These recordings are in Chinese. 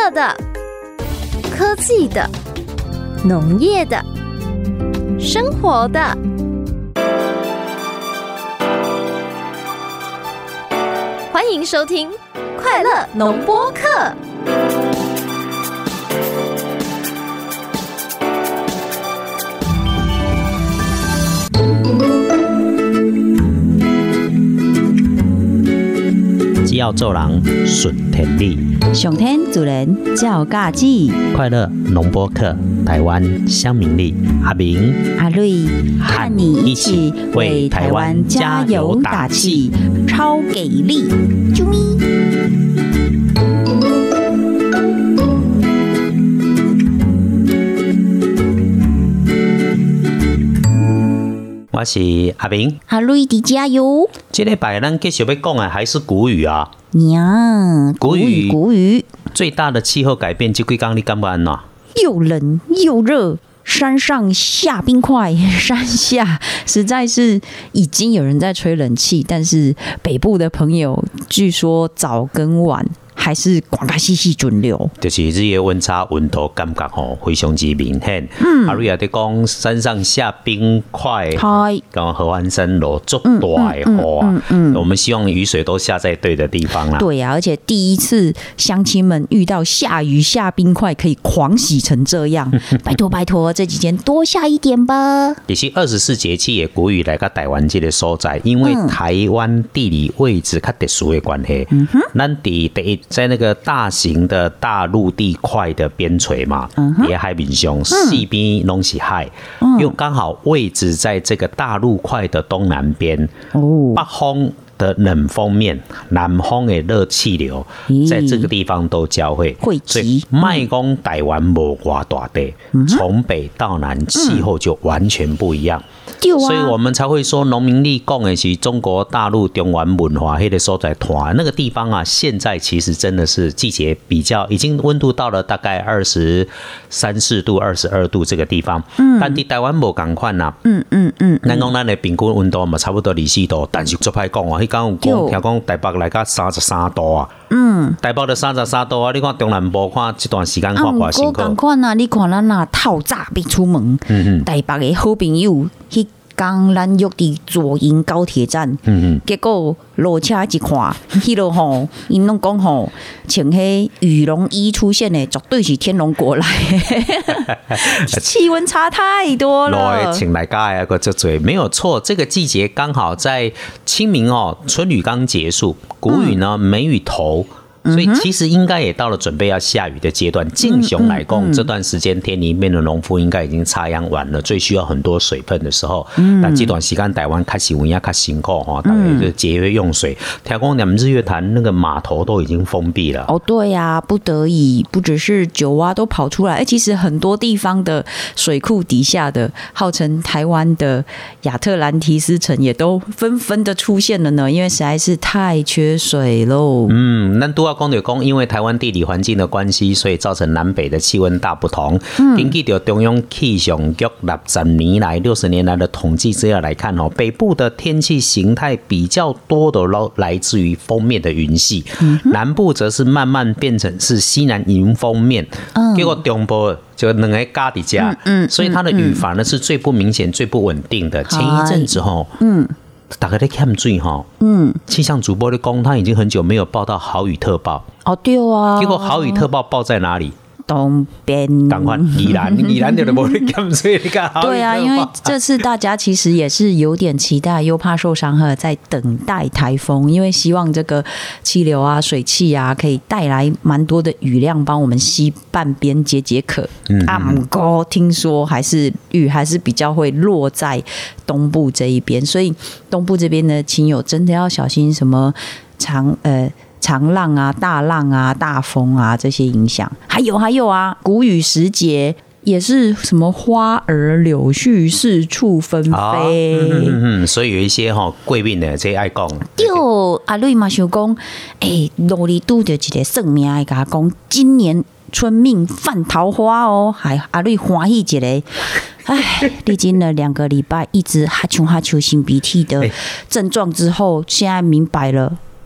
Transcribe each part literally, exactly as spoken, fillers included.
乐的、科技的、农业的、生活的。欢迎收听快乐农播课。 只要做人顺天理， 上天主人照家子。 快乐农播课，台湾乡民力，阿明、 阿瑞和你一起为台湾加油打气，超给力！啾咪！ 我是阿明， 阿瑞的加油！ 这礼拜咱继续要讲的还是古语啊。 呀， 古语， 古语， 最大的气候改变，这几天你感觉安怎？ 又冷又热，山上下冰块，山下实在是已经有人在吹冷气，但是北部的朋友据说早跟晚还是广大细细准流， 就是日夜温差温度感觉吼非常之明显。嗯，阿瑞也在讲山上下冰块， 嗨， 讲合欢山落足大的雨啊。嗯嗯，我们希望雨水都下在对的地方啦。 对啊，而且第一次乡亲们遇到下雨下冰块可以狂喜成这样，拜托拜托，这几天多下一点吧。 也是二十四节气的古语来到台湾这个所在，因为台湾地理位置较特殊的关系，嗯哼，咱第第一。在那个大型的大陆地块的边陲嘛，也、嗯、海面上四边都是海，嗯、又刚好位置在这个大陆块的东南边，哦、北方的冷锋面，南方的热气流，在这个地方都交汇， 汇集。 卖讲台湾无偌大地，从北到南气候就完全不一样。嗯、所以我们才会说，农民历讲的是中国大陆中原文化那个所在团那个地方啊，现在其实真的是季节比较，已经温度到了大概二十三四度、二十二度这个地方。嗯，但伫台湾无同款呐。嗯嗯嗯，咱讲咱的平均温度嘛，差不多二十四度，但是做歹讲啊，迄讲有讲，听讲台北来到三十三度啊。嗯，台北的三十三度啊，你看中南部看这段时间看偌辛苦。 啊，看啊，你看咱那透早别出门，嗯、台北的好朋友迄刚咱约伫左营高铁站，嗯、结果落车一看，迄落吼，因拢讲吼，穿迄羽绒衣出现的，绝对是天龙国来的，气温差太多了。 落请来家的个这嘴没有错，这个季节刚好在清明哦，春雨刚结束，谷雨呢梅雨头。所以其实应该也到了准备要下雨的阶段。敬雄来讲，这段时间田里面的农夫应该已经插秧完了，最需要很多水分的时候。嗯、但这段时间台湾开始温也较辛苦哈，大家就节约用水。听讲你们日月潭那个码头都已经封闭了。 哦，对呀、啊，不得已，不只是九蛙都跑出来，哎，其实很多地方的水库底下的，号称台湾的亚特兰提斯城也都纷纷的出现了呢，因为实在是太缺水喽。 嗯，那都要。讲就讲，因为台湾地理环境的关系，所以造成南北的气温大不同。根据着中央气象局六十年来、六十年来的统计资料来看哦，北部的天气形态比较多的来自于锋面的云系，嗯、南部则是慢慢变成是西南迎风面，嗯、结果中部就两个加底加，嗯嗯、所以它的雨反而是最不明显、最不稳定的。前一阵子吼，嗯。大家在欠水哈，嗯，气象主播的讲，他已经很久没有报到豪雨特报。 哦，对啊。 结果豪雨特报报在哪里？ 东边。 赶快宜兰，宜兰就是没欠水，你看豪雨特报。 对啊，因为这次大家其实也是有点期待，又怕受伤害，在等待台风，因为希望这个气流啊、水汽啊，可以带来蛮多的雨量，帮我们西半边解解渴。嗯，啊，不过听说还是雨还是比较会落在东部这一边，所以东部这边的亲友真的要小心什么长呃长浪啊、大浪啊、大风啊这些影响。还有还有啊，谷雨时节也是什么花儿柳絮四处纷飞，哦嗯嗯、所以有一些哈贵宾的这爱讲， 对阿瑞嘛想讲，哎，路里拄着一个算命的，甲讲今年春命犯桃花哦，还阿瑞欢喜一个。哎，历经了两个礼拜一直哈啾哈啾擤鼻涕的症状之后，现在明白了。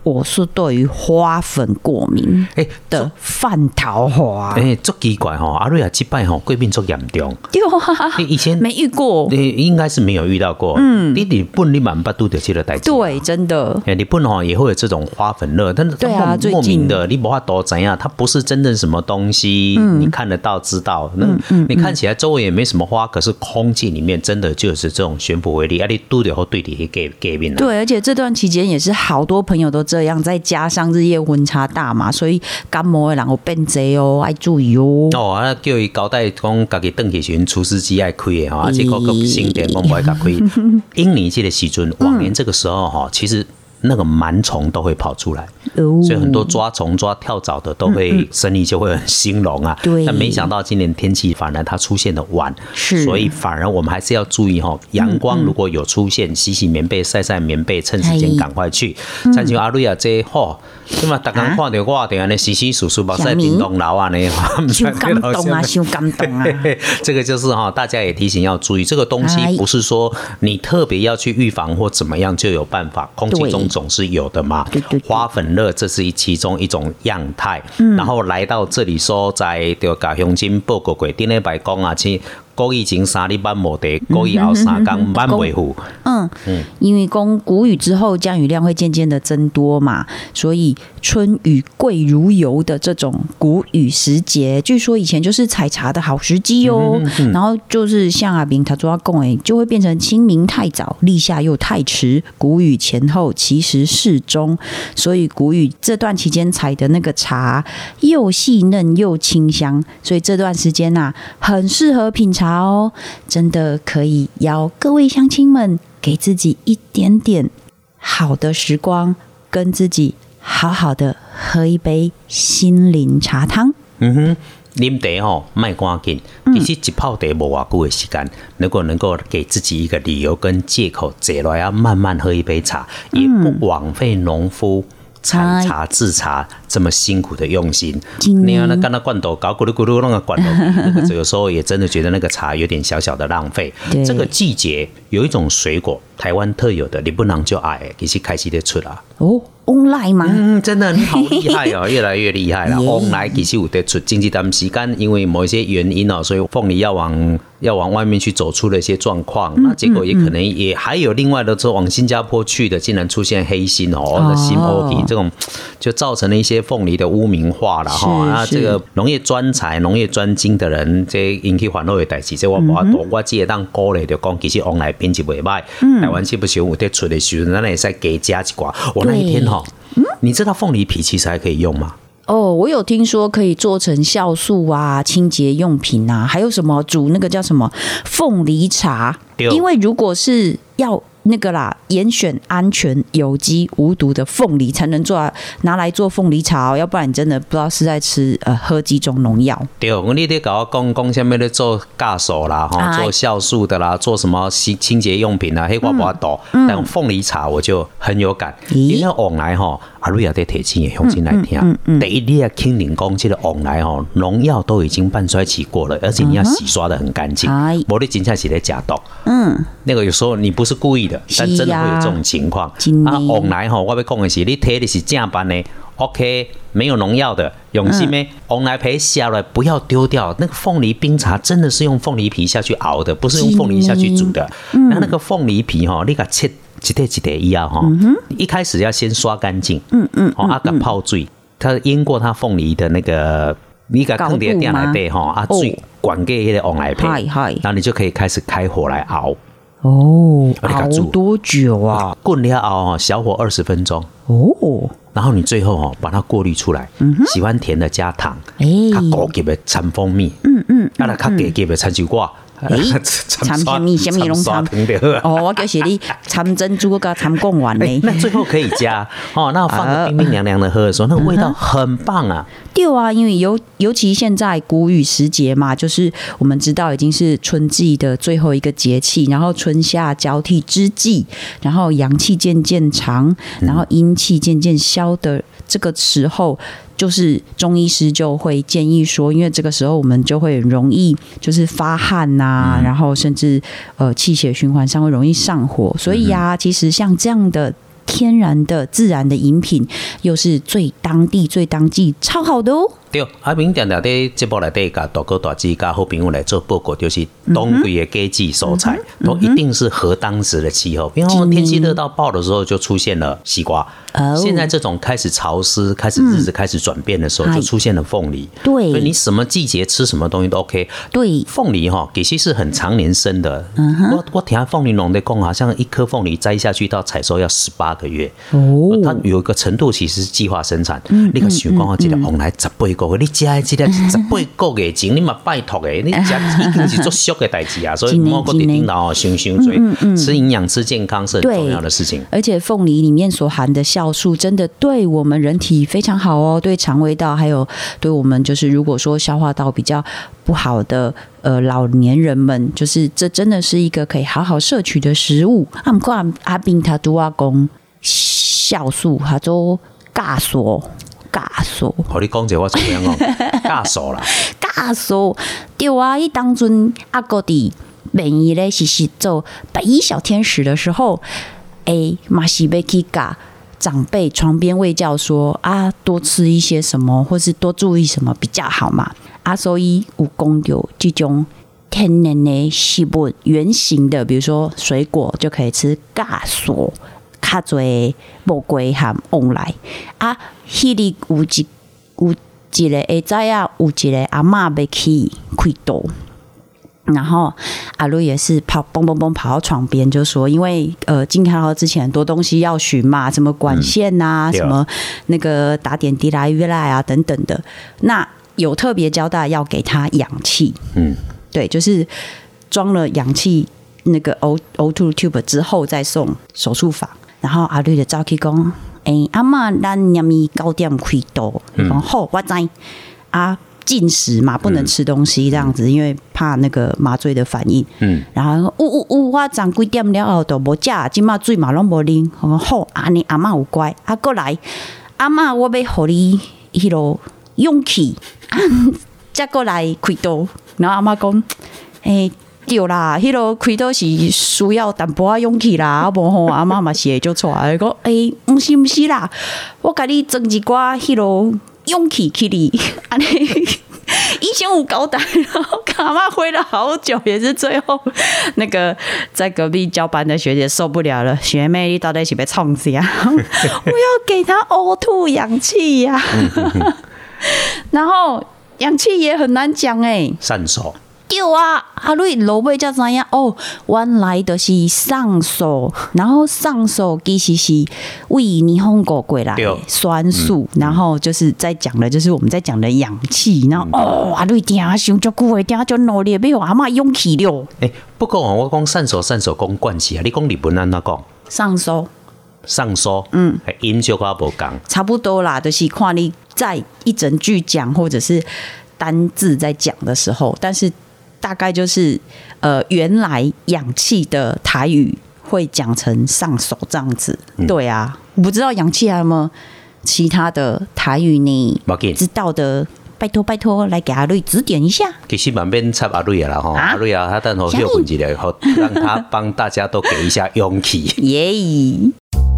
我是对于花粉过敏的范桃花。 哎、欸，足奇怪哈！阿瑞亚这摆哈过敏足严重。 对啊， 以前没遇过， 你应该是没有遇到过。嗯，你日本你蛮不都得这个代志。 对，真的。 哎，日本哈也会有这种花粉热，但是对啊， 莫名的你不怕多怎样？它不是真正什么东西，嗯、你看得到知道。那、嗯嗯、你看起来周围也没什么花，可是空气里面真的就是这种悬浮微粒，啊，你嘟掉后对你给给病了。 对，而且这段期间也是好多朋友都这样，再加上日夜温差大嘛，所以感冒的人有变多哦，要注意哦。 哦，啊，叫伊交代讲，家己转去时，除湿机爱开的哈，啊，结果个新店讲不爱甲开。阴年这个时阵，往年这个时候哈，其实那个螨虫都会跑出来，所以很多抓虫抓跳蚤的都会生意就会很兴隆啊。 对， 但没想到今年天气反而它出现的晚，所以反而我们还是要注意哈，阳光如果有出现，洗洗棉被、晒晒棉被，趁时间赶快去。像像阿瑞啊这吼，对嘛，大家看到我等下呢洗洗簌簌，把晒叮咚楼啊呢， 伤感动啊，伤感动啊。 这个就是哈，大家也提醒要注意，这个东西不是说你特别要去预防或怎么样就有办法，空气中总是有的嘛。 对对对， 花粉热这是其中一种样态。嗯、然后来到这里说，在就甲乡亲报告过，顶礼拜讲啊，去国疫情三日半无地，国疫后三天半袂赴。 嗯嗯，因为讲谷雨之后降雨量会渐渐的增多嘛，所以春雨贵如油的这种谷雨时节，据说以前就是采茶的好时机哦。嗯嗯、然后就是像阿炳他说要讲诶，就会变成清明太早，立夏又太迟，谷雨前后其实适中，所以谷雨这段期间采的那个茶又细嫩又清香，所以这段时间啊，很适合品茶哦，真的可以邀各位乡亲们给自己一点点好的时光，跟自己好好的喝一杯心灵茶汤。 嗯哼，啉茶吼，卖赶紧，其实一泡茶无偌久的时间，如果能够给自己一个理由跟借口，坐落来慢慢喝一杯茶，也不枉费农夫采茶制茶这么辛苦的用心。你看那干那罐头搞咕噜咕噜那个罐头，那个有时候也真的觉得那个茶有点小小的浪费。这个季节有一种水果，台湾特有的，你不能就爱，其实开始在出啦。 哦，翁来吗？ 嗯，真的你好厉害哦，越来越厉害了。翁来其实有在出，经济段时间因为某一些原因哦，所以凤梨要往要往外面去走出了一些状况，嗯、那结果也可能也还有另外的说往新加坡去的，竟然出现黑心哦，新 O K 这种，就造成了一些凤梨的污名化了哈。那这个农业专才、农业专精的人，这引起烦恼的代志，这我无法度，我只会当鼓励就讲，其实翁来品质袂歹，台湾是不是有在出的时候，咱会使加加一寡。我那一天哈，你知道凤梨皮其实还可以用吗？ 哦，我有听说可以做成酵素啊、清洁用品啊，还有什么煮那个叫什么凤梨茶？因为如果是要那个啦，严选安全、有机、无毒的凤梨才能做拿来做凤梨茶、哦，要不然你真的不知道是在吃呃喝几种农药。 对，你得搞我讲讲下面的做酵素啦，哈，做酵素的啦，做什么清清洁用品啊，黑瓜不懂。嗯、但凤梨茶我就很有感，因为往来哈，阿瑞亚在铁青也用心来听。嗯嗯、第一，你要听人讲，这个往来哈，农药都已经半衰期过了，而且你要洗刷的很干净，无你真正是在假毒。嗯，那个有时候你不是故意的，但真的会有这种情况。啊，往来哈，我要讲的是，你贴的是正版的 ，OK， 没有农药的，用心咩？往来皮下来不要丢掉。那个凤梨冰茶真的是用凤梨皮下去熬的，不是用凤梨下去煮的。嗯、那那个凤梨皮哈，你给它切一块一块一样哈，嗯、一开始要先刷干净，嗯嗯，哦，啊，给泡水，它淹过它凤梨的那个。你给它放在电来对哈，啊，水灌给那个往来皮，然后你就可以开始开火来熬。 哦，熬多久啊？ 滚了熬小火二十分钟。哦，然后你最后哦把它过滤出来。嗯、喜欢甜的加糖，哎，较高级的掺蜂蜜。嗯嗯，啊，那较低级的掺酒瓜。 诶，掺什么？什么拢掺？哦，我就是你掺珍珠跟掺贡丸呢。 那最后可以加哦，那放个冰冰凉凉的喝的时候，那个味道很棒啊。 对啊，因为尤尤其现在谷雨时节嘛，就是我们知道已经是春季的最后一个节气，然后春夏交替之际，然后阳气渐渐长，然后阴气渐渐消的这个时候。就是中医师就会建议说，因为这个时候我们就会很容易就是发汗呐、啊，嗯、然后甚至呃气血循环上会容易上火，所以呀、啊，其实像这样的天然的自然的饮品，又是最当地最当季，超好的哦。 对，阿明常常在节目内底甲大哥大姐甲好朋友来做报告，就是东北的季节蔬菜、嗯、都一定是合当时的气候。比如说天气热到爆的时候，就出现了西瓜。哦、现在这种开始潮湿、开始日子开始转变的时候，嗯、就出现了凤梨。 对， 所以你什么季节吃什么东西都 OK。 对， 凤梨哈，其实是很常年生的。 嗯、 我我听凤梨农在讲，好像一颗凤梨摘下去到采收要十八个月。哦，它有一个程度其实是计划生产。嗯、你个想讲，这个往来十八个月，你加这个。十八个月前，你嘛拜托诶，你食已经是做俗的代志啊，所以莫搁伫顶头想想做，吃营养、吃健康是很重要的事情。 而且凤梨里面所含的酵素，真的对我们人体非常好哦，对肠胃道，还有对我们就是如果说消化道比较不好的呃老年人们，就是这真的是一个可以好好摄取的食物。啊，不过阿斌他都要讲酵素，他做酵素。酵素， 我你讲这我怎么样讲？酵素啦， 酵素对啊！伊当阵阿哥伫便宜咧是是做白衣小天使的时候，诶，嘛是要去教长辈床边卫教说啊，多吃一些什么，或是多注意什么比较好嘛。啊，所以有讲到这种天然的食物原型的，比如说水果就可以吃酵素。较侪无归含往来啊，迄里有一有一个会知啊，有一个阿嬷要去开刀，然后阿瑞也是跑蹦蹦蹦跑到床边，就说因为呃进开刀之前很多东西要巡嘛，什么管线啊，嗯、什么那个打点滴啦、约赖啊等等的，那有特别交代要给他氧气，嗯，对，就是装了氧气那个 O O two tube 之后再送手术房。然后阿瑞就走去讲，诶、欸，阿嬷，咱念伊九点开刀，伊讲好，我知。啊，禁食嘛，不能吃东西这样子，因为怕那个麻醉的反应。嗯。然后呜呜呜，我昨几点了后都无食，今嘛水嘛拢无啉。我讲好，安尼阿嬷有乖。啊，过来，阿嬷，我要互你迄落勇气，再过来开刀。然后阿嬷讲，诶、欸。对啦，迄落开刀是需要淡薄仔勇气啦，啊无吼阿嬷嘛是会就错，讲诶，毋是毋是啦，我甲你装一寡迄落勇气去你，安尼医生有交代，然后阿嬷挥了好久，也是最后那个在隔壁交班的学姐受不了了，学妹你到底是要创啥？我要给她呕吐氧气呀、啊，然后氧气也很难讲哎、欸， 善手。 对啊，阿瑞老尾才知影哦，原来就是上手，然后上手其实是为日本国过来的酸素，嗯、然后就是在讲的，就是我们在讲的氧气，然后、嗯、哦，阿瑞听想足久的，听就努力，要阿嬷勇气了。 哎、欸，不过我讲上手上手讲惯气啊，你讲日本安怎讲？ 上手。 上手，嗯，音就较无共， 差不多啦，就是看你在一整句讲或者是单字在讲的时候，但是。大概就是呃，原来氧气的台语会讲成上手这样子，嗯、对啊，我不知道氧气还有没有其他的台语你知道的，拜托拜托来给阿瑞指点一下。 其实蛮边插阿瑞啊啦哈，阿瑞啊，他等候休困一下，好让他帮大家都给一下勇气。 耶。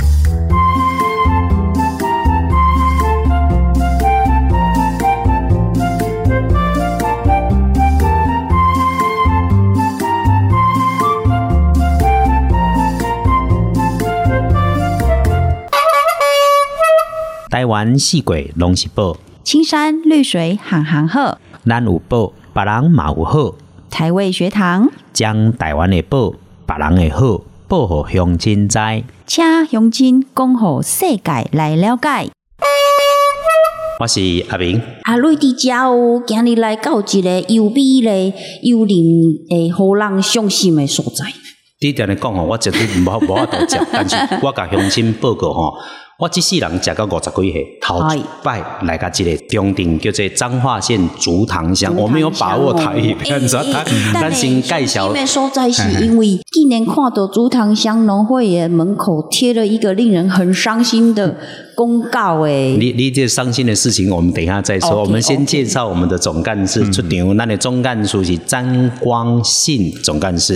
台湾四季拢是宝， 青山绿水行行好， 咱有宝，别人嘛有好。 台味学堂将台湾的宝，别人的好，报互乡亲知， 请乡亲讲互世界来了解。 我是阿明， 阿瑞伫遮哦，今日来到一个优美咧、幽灵诶，互人伤心的所在。 你定咧讲吼，我绝对无无法度食，但是我甲乡亲报告吼。我这世人食到五十几岁，头一摆来到这个中庭叫做彰化县竹塘乡，我没有把握台语，你知道？咱先介绍。 这个所在是因为今年看到竹塘乡农会的门口贴了一个令人很伤心的公告，诶。 你你这伤心的事情，我们等一下再说。Okay, 我们先介绍我们的总干事出场，咱的总干事是詹光信总干事。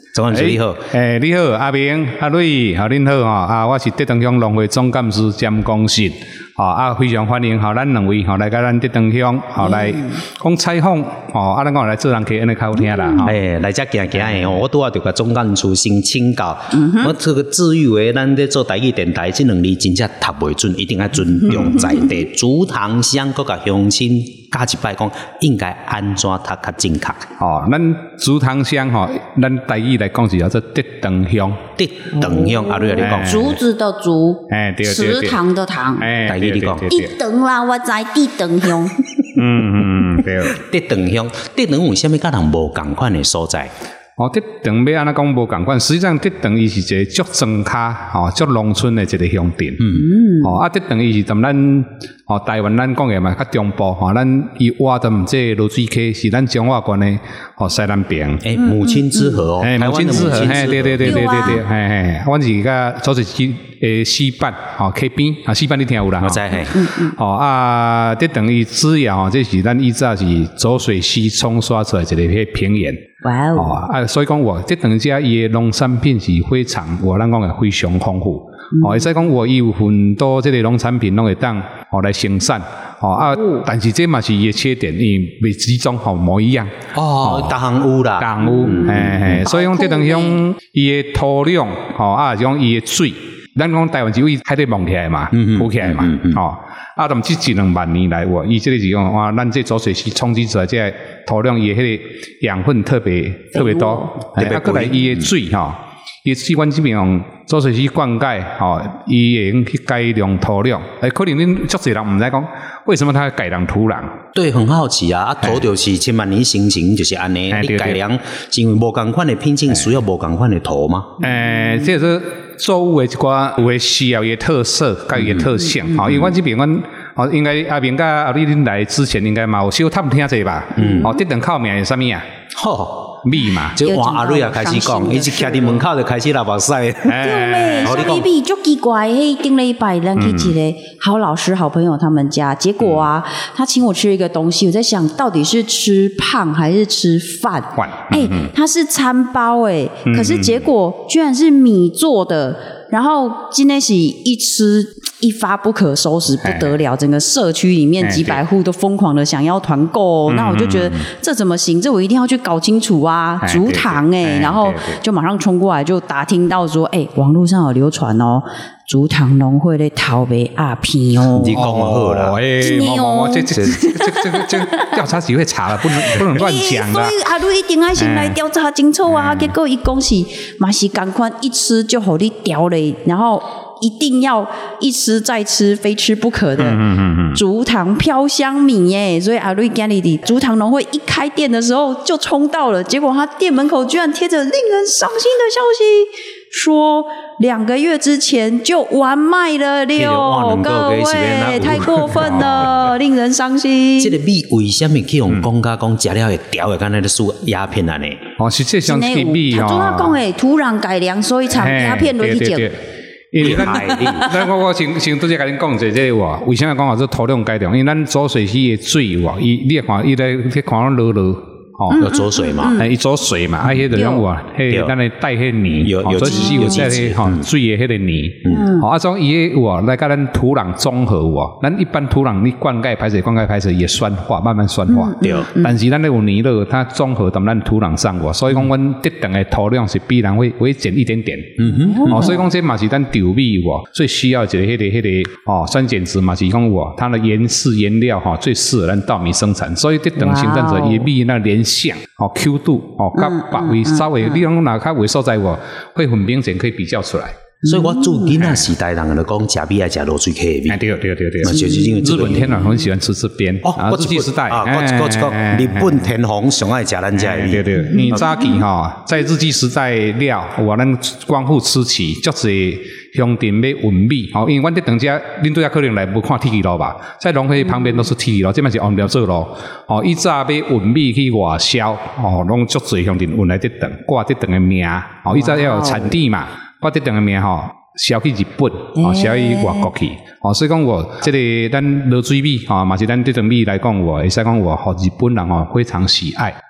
总干事你好， 诶、欸，你好，阿明、阿瑞，好，恁好吼，啊，我是德长乡农会总干事兼讲师，吼啊，非常欢迎吼咱两位吼来甲咱德长乡吼来讲采访，吼啊，咱讲来做人客，安尼较好听啦，吼、 诶、欸，来遮行行诶，我拄啊就甲总干事先请教，嗯、我这个自誉为咱咧做台语电台，这两字真正读袂准，一定要尊重在地，竹塘乡搁甲乡亲教一摆讲，应该安怎读较正确？ 哦，咱竹塘乡吼，咱台语来讲是叫做德长乡， 德长乡，阿瑞啊，你讲， 竹子的竹， 哎，对对对， 池塘的塘， 哎， 台语你讲， 地长啦，我知地长乡。 嗯嗯嗯，对。 德长乡，德长为虾米甲人无共款的所在？ 哦，德长要安怎讲无共款，实际上德长伊是一个足庄卡，吼，足农村的一个乡镇。嗯嗯。哦，啊，德长伊是踮咱哦台湾咱讲的嘛，较中部吼，咱伊挖踮这落水溪是咱彰化县的哦西南边。 诶、欸，母親之河哦， 哎、嗯，母親之河，嘿，對對對對對對，嘿嘿，阮是甲左水溪誒西板，吼溪邊，啊西板你聽有啦？ 我知嘿。 哦啊，這等於資源吼，這是咱以前是左水溪沖刷出來一個迄平原。 哇哦！ 啊，所以講我這等於遮伊誒農產品是非常，我咱講誒非常豐富。哦，會使講我伊有很多這個農產品攏會當哦來生產。哦啊，但是這嘛是伊誒缺點，伊未始終吼無一樣。 哦，逐項有啦， 逐項有，嘿嘿，所以講這等於講伊誒土壤，吼啊，是講伊誒水，咱講台灣是為海底蒙起來嘛，浮起來嘛，吼啊，但即一兩萬年來，哇，伊這個是講哇，咱這左水溪沖積出來，這個土壤伊誒迄個養分特別特別多，啊，過來伊誒水吼。伊習慣這邊用左水溪灌溉，吼，伊會用去改良土壤。誒，可能恁足儕人毋知講，為什麼它改良土壤？ 對，很好奇啊！啊，土就是千萬年形成就是安尼，你改良是因為無共款的品種需要無共款的土嗎？誒， 這是作物的一寡有誒需要伊誒特色，甲伊誒特性。吼，因為阮這邊阮，吼，應該阿明甲阿你恁來之前應該嘛有小探聽者吧？嗯，哦，這等靠名是啥物啊？ 吼。 米嘛， 就換阿瑞也開始講，伊一徛佇門口就開始流目屎。 對咩？所以米足奇怪，迄頂禮拜咱去一個好老師、好朋友他們家，結果啊，他請我吃一個東西，我在想到底是吃胖還是吃飯？哎，它是餐包哎，可是結果居然是米做的，然後今天是一吃一發不可收拾，不得了，整個社區裡面幾百戶都瘋狂的想要團購，那我就覺得這怎麼行？這我一定要去搞清楚啊！竹塘哎，然後就馬上衝過來，就打聽到說，哎，網絡上有流傳哦，竹塘農會的頭尾阿片哦， 你講好啦， 哎，我我這這這這這這調查局會查了，不能不能亂講的。 所以阿瑞一定要先來調查清楚啊！結果伊講是嘛是趕快一吃就好你調嘞，然後。一定要一吃再吃，非吃不可的竹塘飄香米耶！所以阿瑞今日的竹塘農會一開店的時候就衝到了，結果他店門口居然貼着令人傷心的消息，說兩個月之前就完賣了了，各位太過分了，令人傷心。 這個米為什麼去用講甲講食了會掉的，敢若咧輸鴉片啊呢？ 哦，實際上這個米哦， 他主要講誒土壤改良，所以產鴉片落去種。 因為咱，咱我我先先拄則甲恁講者，這個為啥講話做土壤改良？因為咱左水溪的水喎，伊你看伊咧去看落落，哦， 有左水嘛， 伊左水嘛，啊，迄個種話，迄咱來帶迄泥， 有有左水溪有帶迄吼水的迄個泥，嗯，啊，種伊個有來甲咱土壤綜合喎，咱一般土壤你灌溉排水灌溉排水也酸化，慢慢酸化，對，但是咱咧有泥落，它綜合到咱土壤上喎，所以講阮特定的土壤是必然會會減一點點，嗯哼，哦，所以講這嘛是咱稻米喎，最需要一個迄個迄個哦酸鹼值嘛是講喎，它的原式原料哈最適合咱稻米生產，所以特定生產者伊米那連像哦 Q 度哦，較白微稍微，你講哪較微所在喎，會很明顯可以比較出來。 所以我做囡仔時代人就講食米愛食落水溪的米。 對對對對， 就是因為日本天皇很喜歡吃這邊。 哦，日據時代啊，我我講日本天皇上愛食咱家的米。對對， 你早期哈，在日據時代了，我咱光復初期，足濟鄉鎮要運米，吼，因為阮這等家恁對下可能來無看鐵軌路吧，在農會旁邊都是鐵軌路，這嘛是按條做路。哦，以早要運米去外銷，哦，攏足濟鄉鎮運來這等，掛這等的名，哦，以早要有產地嘛。我這等個名吼，銷去日本，哦，銷去外國去，哦，所以講我這個咱落水米，哦，嘛是咱這種米來講，我會使講我，互日本人哦非常喜愛。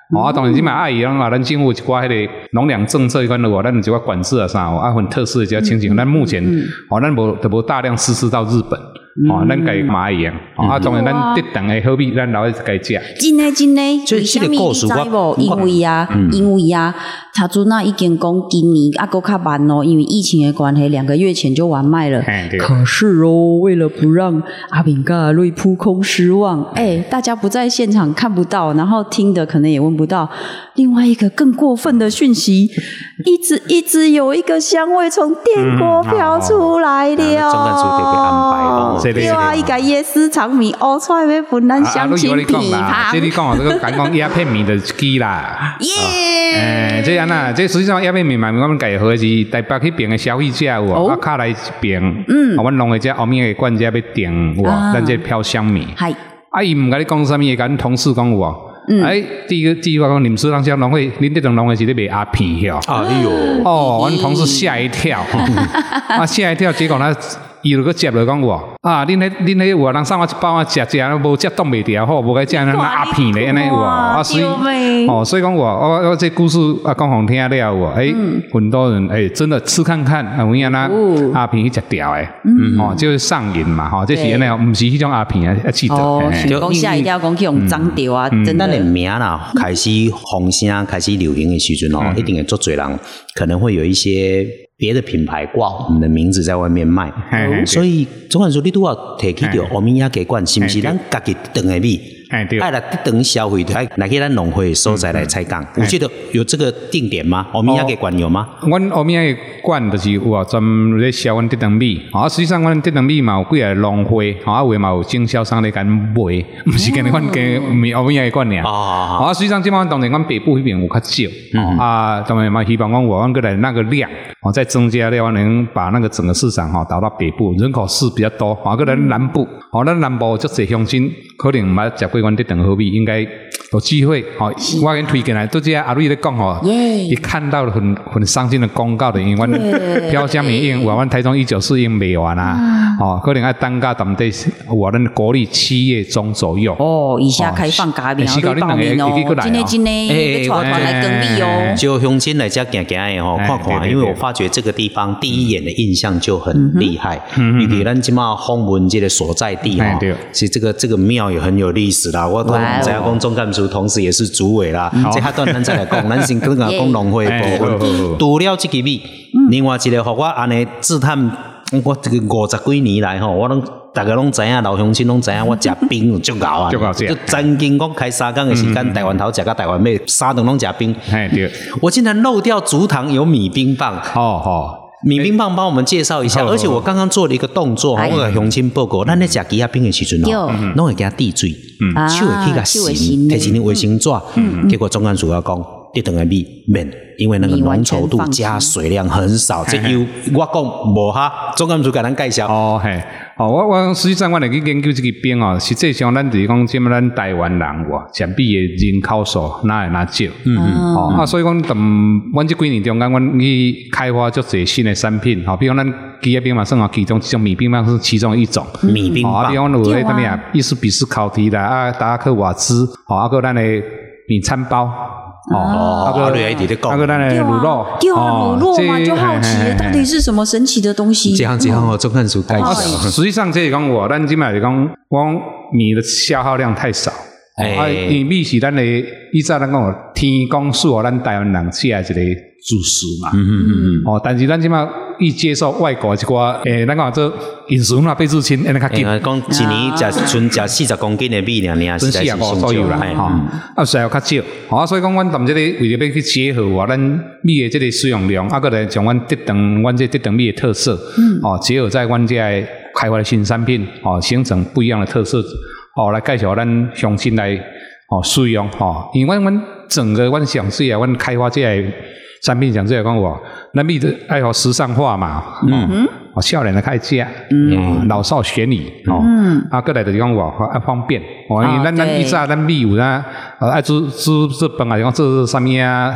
哦，啊，当然即卖阿姨讲话，咱政府一寡迄个农粮政策迄款的话，咱有一寡管制啊啥，啊，分特殊的一寡情形，咱目前哦，咱无都无大量实施到日本。哦，咱家嘛一样，啊，当然咱得等的好比咱老一家食。 真的真的， 为什么你知无？ 因为啊，因为啊，他做那已经讲今年啊，够较慢哦，因为疫情的关系，两个月前就完卖了。可是哦，为了不让阿炳跟阿瑞扑空失望，哎，大家不在现场看不到，然后听的可能也闻不到。另外一个更过分的讯息，一直一直有一个香味从电锅飘出来了。 总干事特别安排哦。 对啊，伊甲椰丝长米熬出来要分咱乡亲鼻旁。 这你讲哦，这个讲讲鸦片米的机啦。 耶！ 诶，这样呐，这实际上鸦片米嘛，我们家好是台北迄边的消费者有啊，卡来这边，嗯，我们农的这后面的管家要订有啊，咱这飘香米。系。啊，伊唔甲你讲啥物，会甲恁同事讲有啊。嗯，哎，第一个第一个讲，你们是让乡农会，恁这种农会是咧卖阿片哟。 哎呦， 哦，我们同事吓一跳，啊吓一跳，结果他伊就个接落讲我，啊，恁迄恁迄有人送我一包啊，食食无食冻袂掉，好无该食那阿片咧安尼有啊，所以哦，所以讲我我我这故事啊讲好听了有啊，哎，很多人哎真的吃看看，有影那阿片去食掉诶，哦，就是上瘾嘛，吼，这是安尼，唔是迄种阿片啊，记得。 哦，讲吓一跳，讲去用脏掉啊，真的。 咱的名啦，开始风声开始流行的时阵哦，一定会做侪人可能会有一些别的品牌挂我们的名字在外面卖，所以总管说你都要提起到欧米亚给管，是不是？咱家己等的米，爱来等消费，爱来去咱农会所在来采讲。我记得有这个定点吗？欧米亚给管有吗？ 阮欧米亚给管就是有啊，专门在销阮这等米，啊，实际上阮这等米嘛有几个农会，啊，有嘛有经销商来甲卖，不是跟你阮跟欧米亚给管尔。啊，实际上这帮当然阮北部那边有较少，啊，当然嘛希望讲我阮过来那个量，哦，再增加了，能把那个整个市场哈导到北部，人口是比较多，啊，个咱南部，哦，咱南部这些乡亲可能嘛食过阮这等好米，应该有机会，哦，我给你推荐来，都这阿瑞在讲哦，一看到了很很伤心的公告的，因为阮飘香米因我阮台中一九四因卖完啊，哦，可能要等到当地我们国历七月中左右。 哦，以下开放加名，可以报名哦，真的真的，诶，团团来耕地哦， 就乡亲来遮行行的吼，看看，因为我发觉这个地方第一眼的印象就很厉害，尤其咱即马访问这个所在地哈，其实这个这个庙也很有历史啦。我同在讲总干事，同时也是主委啦，这下段咱再来讲，咱先跟讲讲农会的部分。除了这个米，另外一个互我安尼自探，我这个五十几年来吼，我拢大家拢知影，老乡亲拢知影，我食冰足够啊，就曾经讲开三工的时间，台湾头食到台湾尾，三顿拢食冰。我竟然漏掉竹塘有米冰棒， 哦哦。 米冰棒帮我们介绍一下，而且我刚刚做了一个动作，我给乡亲报告，咱咧食鸡鸭冰的时阵哦，拢会给它滴水，手会去甲擤，摕一张卫生纸，结果总干事要讲，这等个米免，因为那个浓稠度加水量很少，这有我讲无哈，总干事给咱介绍。 哦嘿，哦我我实际上我来去研究这个冰哦，实际上咱就是讲，即么咱台湾人哇，占比的人口数哪会哪少，嗯嗯，哦啊，所以讲，等阮这几年中间，阮去开发足侪新的产品，好，比如咱鸡鸭冰嘛，算啊，其中这种米冰棒是其中一种米冰棒， 啊，比如有迄什么啊，伊斯比斯烤提啦，啊，达克瓦兹，哦，啊个咱的米餐包。 哦， 那个那个咱的卤肉， 对啊，卤肉嘛，就好奇到底是什么神奇的东西。 这样这样哦，总干事介绍。 实际上这是讲我，咱今摆是讲，讲米的消耗量太少。啊，因为米是咱的，以前咱讲天公赐予咱台湾人吃的一个主食嘛。嗯嗯嗯嗯。哦，但是咱今摆一接受外国一寡，诶，咱讲这饮食文化被入侵，安尼较紧。 讲一年食剩食四十公斤的米，尔尔实在是少左右啦，哈。啊，实在较少。好，所以讲，阮踮这个为了要去结合我咱米的这个使用量，啊，个来将阮这等阮这这等米的特色，嗯，哦，结合在阮这开发的新产品，哦，形成不一样的特色。哦，来介绍咱乡亲来哦使用哦，因为阮阮整个阮上水啊，阮开发这个产品上水来讲话，咱米的爱好时尚化嘛，嗯，哦，少年的开食，嗯，老少咸宜哦，嗯，啊，过来就是讲话啊方便，哦，因为咱咱以前咱米有啦，呃，爱煮煮做饭啊，讲做啥物啊。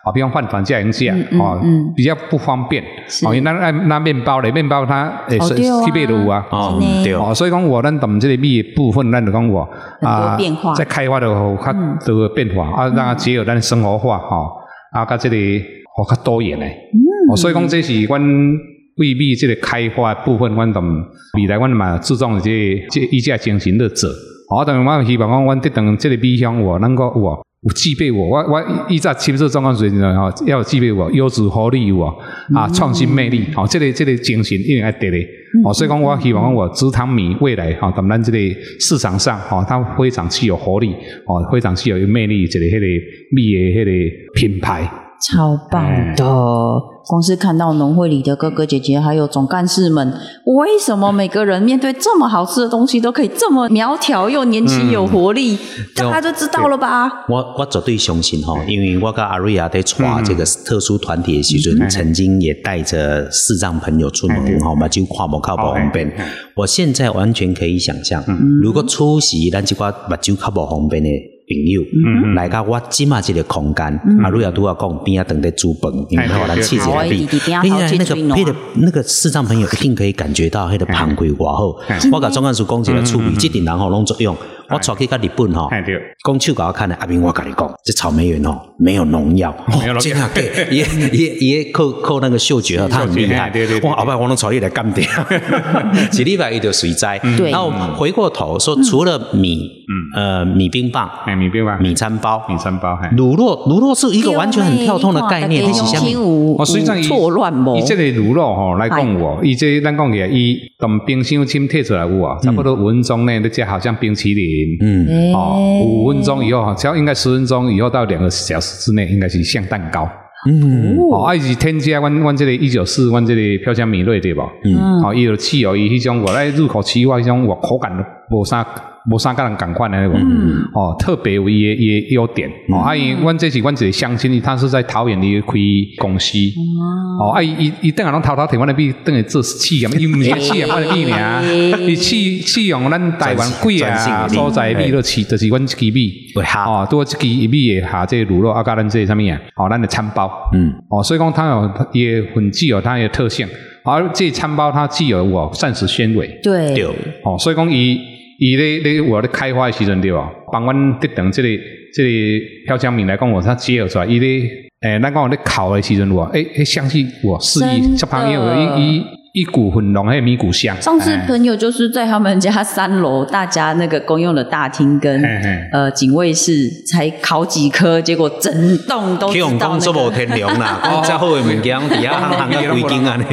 啊，比方饭团这样食， 嗯哦， 嗯比较不方便。 是哦，因为咱爱拿面包咧，面包它诶是去买就有啊。 哦， 真的对， 哦，所以讲我咱从这个米的部分，咱就讲我很多变化在开发的有较多的变化啊，让它结合咱的生活化吼，啊，甲这个哦较多元的。哦，所以讲这是阮为米这个开发的部分，阮同未来阮嘛注重这个这以这精神的做。哦，当然我希望讲阮这等这个米香我能够有有具备我我我依照亲自状况水准吼，要有具备我优质活力有啊，创新魅力，哦，这个这个精神一定要得咧。哦，所以讲我希望讲我植堂米未来哈，咱们这个市场上哈，它非常具有活力，哦，非常具有魅力，这个迄个米的迄个品牌。 超棒的！光是看到农会里的哥哥姐姐还有总干事们，为什么每个人面对这么好吃的东西都可以这么苗条又年轻有活力？大家都知道了吧？ 我我绝对相信哈，因为我跟阿瑞亚在带这个特殊团体的时候，曾经也带着视障朋友出门哈，嘛就看无靠无方便。我现在完全可以想象，如果出席咱这个目睭靠无方便的朋友，嗯、来到我即马这个空间，啊，如果拄啊讲边啊等在煮饭，你看我来气质来比，你看那个那个那个视障朋友一定可以感觉到那个香气偌好。我甲总干事讲一个趣味，这阵人吼拢作用。我带去到日本吼，讲手给我看的，阿明我跟你讲，这草莓园哦没有农药， 没有农药， 对，也也也靠靠那个嗅觉哦，他很厉害。我后摆我拢带你来干掉，一礼拜伊就水灾。然后回过头说，除了米，呃，米冰棒。 米冰棒、 米餐包、 米餐包， 乳酪，乳酪是一个完全很跳痛的概念， 那是什么？ 哦，实际上错乱无。 以这个乳酪吼来讲哦，以这咱讲起来，伊从冰箱浸退出来有啊，差不多五分钟内，那这好像冰淇淋，嗯，哦，五分钟以后，只要应该十分钟以后到两个小时之内，应该是像蛋糕。嗯，哦，啊，是添加阮阮这个一九四，阮这个飘香米类对吧？嗯，哦，伊有气哦，伊迄种我来入口气话，迄种我口感无啥。无啥甲人共款的那种，嗯、哦，特别有伊的伊的优点。嗯、哦，啊，因阮这是阮一个乡亲，他是在桃园里开公司。哦，啊，伊伊等下拢偷偷摕阮的米，等下做试验，伊毋是试验阮的米尔，伊试试用咱台湾贵啊所在米落试，就是阮这支米。哦，拄这支米的下这个乳酪啊，甲咱这个啥物啊？哦，咱的餐包。嗯。哦，所以讲它有伊的粉具有它的特性，而这餐包它既有我膳食纤维。 对。 对。 哦， 所以讲伊。伊咧咧我咧开发的时阵对吧？帮阮得等这个这个飘香米来讲，我它结合出来，伊咧诶，咱讲我咧烤的时阵我诶，迄香气我示意小朋友有一一一股很浓的米谷香。 上次朋友就是在他们家三楼大家那个公用的大厅跟嘿嘿呃警卫室才烤几颗，结果整栋都知道那个。 讲做无天良啦，讲遮好的物件，底下行行个规斤啊呢。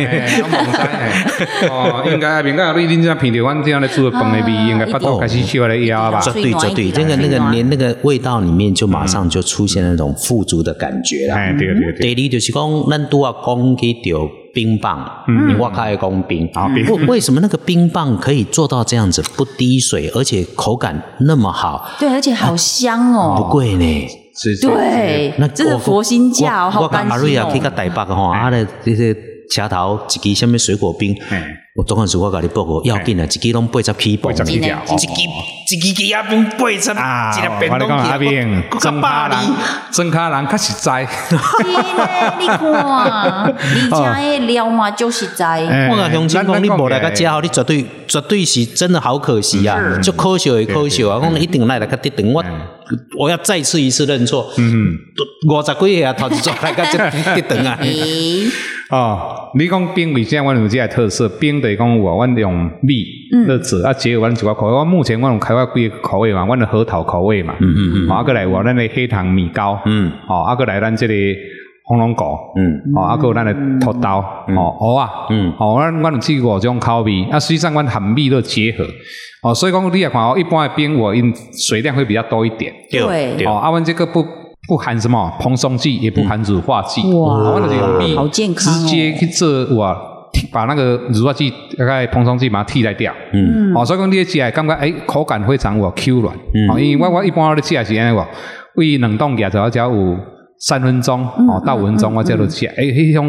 哦，应该明个你恁这闻到阮这样咧煮的饭的味，应该巴肚开始烧来摇吧？ 绝对绝对，这个那个连那个味道里面就马上就出现那种富足的感觉啦。 哎，对对对。 第二就是讲，咱拄啊讲起着冰棒，嗯，我开讲冰啊，为为什么那个冰棒可以做到这样子不滴水，而且口感那么好？ 对，而且好香哦， 不贵呢。 对，那这是佛心价哦，好甘心哦。 我跟阿瑞亚去到台北吼，啊咧这些车头一支什么水果冰。我总干事我甲你报告，要紧啊，一支拢八十起磅，一支一支一支阿冰八十， 啊！我跟你讲阿冰，真卡人，真卡人较实在。 是嘞，你看，你家的料嘛就实在。 我甲乡亲讲，你无来个家，你绝对绝对是真的好可惜啊！就可惜也可惜啊！讲一定来来个得等我，我要再次一次认错。嗯，五十几岁啊，头一做来个得等啊！ 哦，你讲冰为啥阮有这个特色？冰就是讲我阮用米来做，啊结合阮一寡口味。我目前阮有开发几个口味嘛，阮的核桃口味嘛，嗯嗯嗯，啊，过来我咱的黑糖米糕，嗯，哦，啊过来咱这个红龙果，嗯，哦，啊过有咱的土豆，哦，蚵啊，嗯，哦，阮阮有试过这种口味，啊，实际上阮含米都结合，哦，所以讲你也看哦，一般的冰我因水量会比较多一点， 对， 哦，啊，阮这个不。不含什么蓬松剂，也不含乳化剂。 哇， 我就是用米， 好健康哦！ 直接去做哇，把那个乳化剂、大概蓬松剂把它替代掉。嗯，哦，所以讲你吃来感觉诶，口感非常哇 Q 软。嗯，哦，因为我我一般我咧吃是安尼哇，为冷冻夹只要只要有三分钟哦到五分钟，我才落吃。诶，迄种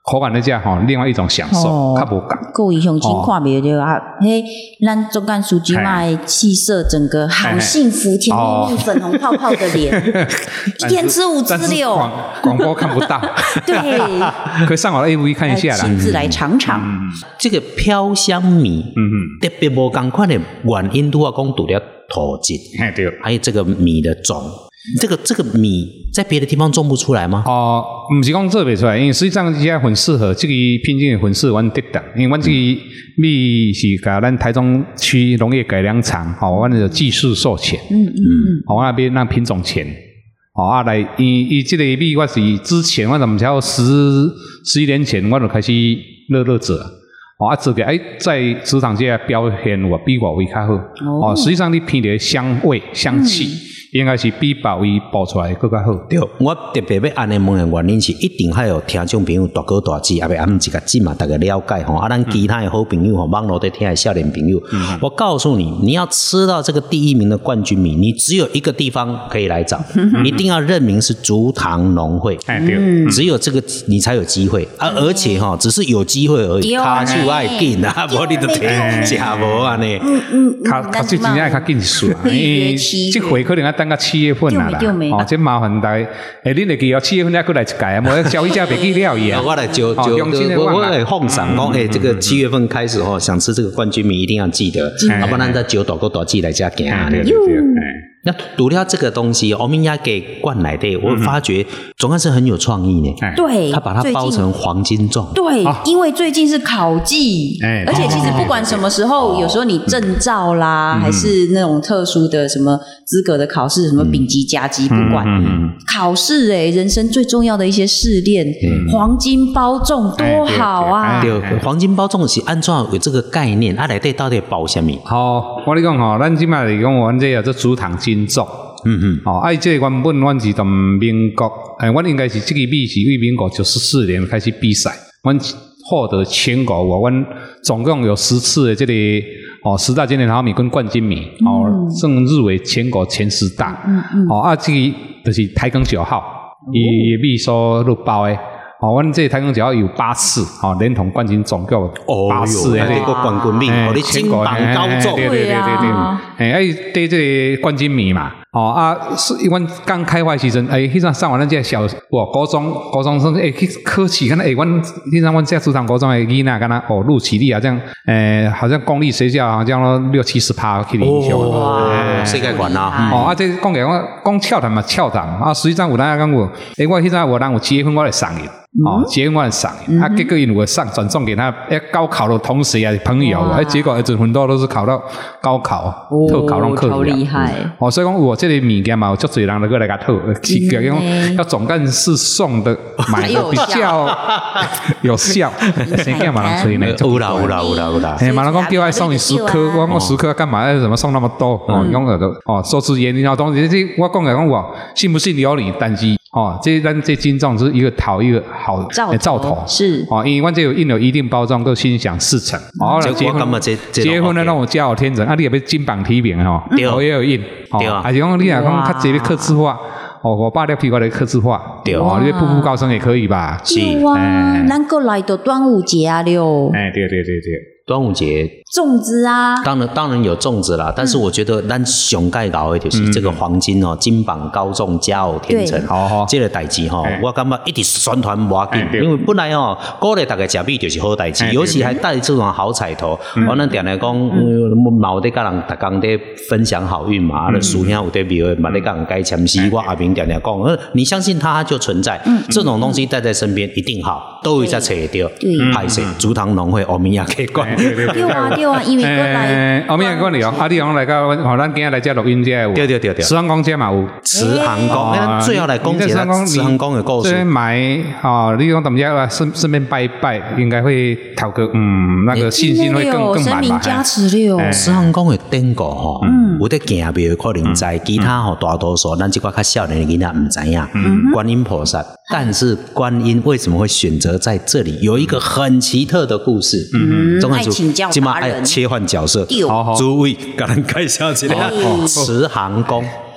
口感的这吼，另外一种享受，较无共。 各位乡亲看袂着啊，嘿，咱总干事今麦气色整个好幸福，甜蜜蜜、粉红泡泡的脸，一天吃五次六。 广广播看不到， 对， 可以上我的 A P P 看一下啦， 亲自来尝尝。 这个飘香米，嗯嗯，特别无同款的原因，拄我讲除了土质， 哎对， 还有这个米的种。这个这个米在别的地方种不出来吗？ 哦，不是讲做不出来，因为实际上现在很适合这个品种的粉丝，阮得当，因为阮这个米是甲咱台中区农业改良场，吼、哦，阮的技术授权，嗯嗯嗯，哦，那边那品种权，哦啊来，伊伊这个米我是之前我怎么叫十十一年前我就开始热热做。哦，啊，这个哎，在市场界表现我比外围较好。哦，实际上你闻到香味、香气，嗯、应该是比别位爆出来更加好。 对，我特别要安尼问的原因是，一定还有听众朋友大哥大姐，也要按一个字嘛，大家了解吼。啊，咱其他的好朋友吼，网络在听的少年朋友，嗯、我告诉你，你要吃到这个第一名的冠军米，你只有一个地方可以来找，嗯、一定要认明是竹塘农会。 哎，对， 只有这个你才有机会啊，而且哈，只是有机会而已，卡住爱紧啊，无你都听食无安尼。 嗯嗯， 卡卡最真正较紧数啊，因为这回可能要等到七月份啦啦，哦，这麻烦大家，诶，恁会记哦，七月份再过来一届啊，无消费者袂记了伊啊。 我来就就我我来奉上讲，诶，这个七月份开始哦，想吃这个冠军米一定要记得，要不然再招大哥大姐来家行啊。 对对对， 那除了这个东西，欧米亚给灌来的，我发觉总算是很有创意呢。 对， 他把它包成黄金粽。 对，因为最近是考季，而且其实不管什么时候，有时候你证照啦，还是那种特殊的什么资格的考试，什么丙级、甲级，不管考试，哎，人生最重要的一些试炼，黄金包粽多好啊！ 对，黄金包粽是按照有这个概念，啊，内底到底包什么？ 好，我跟你讲吼，咱今麦来讲，阮这叫做竹塘金粽。嗯嗯，哦，啊，这个原本阮是从民国，哎，阮应该是这个米是为民国九十四年开始比赛，阮获得全国我阮总共有十次的这个哦十大经典好米跟冠军米，哦，正入围全国前十大。嗯嗯，哦，啊，这个就是台庚九号，伊米所入包的。哦，阮这台庚九号有八次，哦，连同冠军总共八次诶，这个冠军米，哦，你金榜高中， 对对对对对，诶，哎，对这个冠军米嘛，哦啊，是阮刚开发时阵，诶，迄阵上完咱这小，哇，高中高中生，诶，去考试，看诶，阮迄阵阮这竹塘高中的囡仔，敢若哦，录取率好像，诶，好像公立学校好像六七十趴去领袖， 哇，世界冠啊， 哦啊，这讲起来我讲俏谈嘛俏谈，啊，实际上有咱讲有，诶，我迄阵有人有结婚，我来送伊。哦，结婚我送，嗯、啊，结果因为送转送给他，哎，高考的同学啊朋友，哎，结果儿子很多都是考到高考、哦、特考拢考好厉害。 哦，所以讲我这个物件嘛，有足侪人都过来甲讨，是讲要总干事送的买的比较有效，谁干嘛能吹呢？ 有啦有啦有啦有啦。 哎，马上讲叫他送你十颗，我讲十颗干嘛？怎么送那么多？哦，用耳朵哦，说之言，然后东西这我讲来讲我信不信由你，但是。哦，这咱这金粽是一个讨一个好兆头是哦，因为阮这有印有一定包装，够心想事成。哦， 结婚结婚了让我家有天成，啊，你也被金榜题名哈，我也有印，对啊，还是讲你若讲较这个客制化，哦，我八粒皮我的客制化，对哦，你步步高升也可以吧？ 是哇，咱过来到端午节啊了， 哎，对对对对。 端午节粽子啊， 当然当然有粽子啦，但是我觉得咱上盖搞的就是这个黄金哦，金榜高中，佳偶天成，好，这个代志哈，我感觉一直宣传不要紧，因为本来哦，鼓励大家吃米就是好代志，尤其还带这种好彩头，我咱定来讲，嘛有在跟人逐工在分享好运嘛，啊，师兄有在庙嘛在跟人改签诗，我阿明定定讲，呃，你相信它就存在，这种东西带在身边一定好，都会再找得到，拍摄竹塘农会欧米亚可以管。 对啊对啊，因为过来， 后面讲你哦，啊，你讲来到，吼，咱今日来这录音这有， 对对对对， 慈航宫这嘛有， 慈航宫，咱最后来讲一下慈航宫的故事。 这边买，哦，你讲怎么样？顺顺便拜一拜，应该会讨个，嗯，那个信心会更更满吧。 神明加持了。 慈航宫的典故吼，有在行庙可能在，其他吼大多数咱这块较少年的囡仔唔知影。观音菩萨，但是观音为什么会选择在这里？有一个很奇特的故事。嗯， 爱请教达人， 切换角色，诸位，给人介绍一下慈航宫。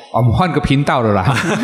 我们换个频道了啦。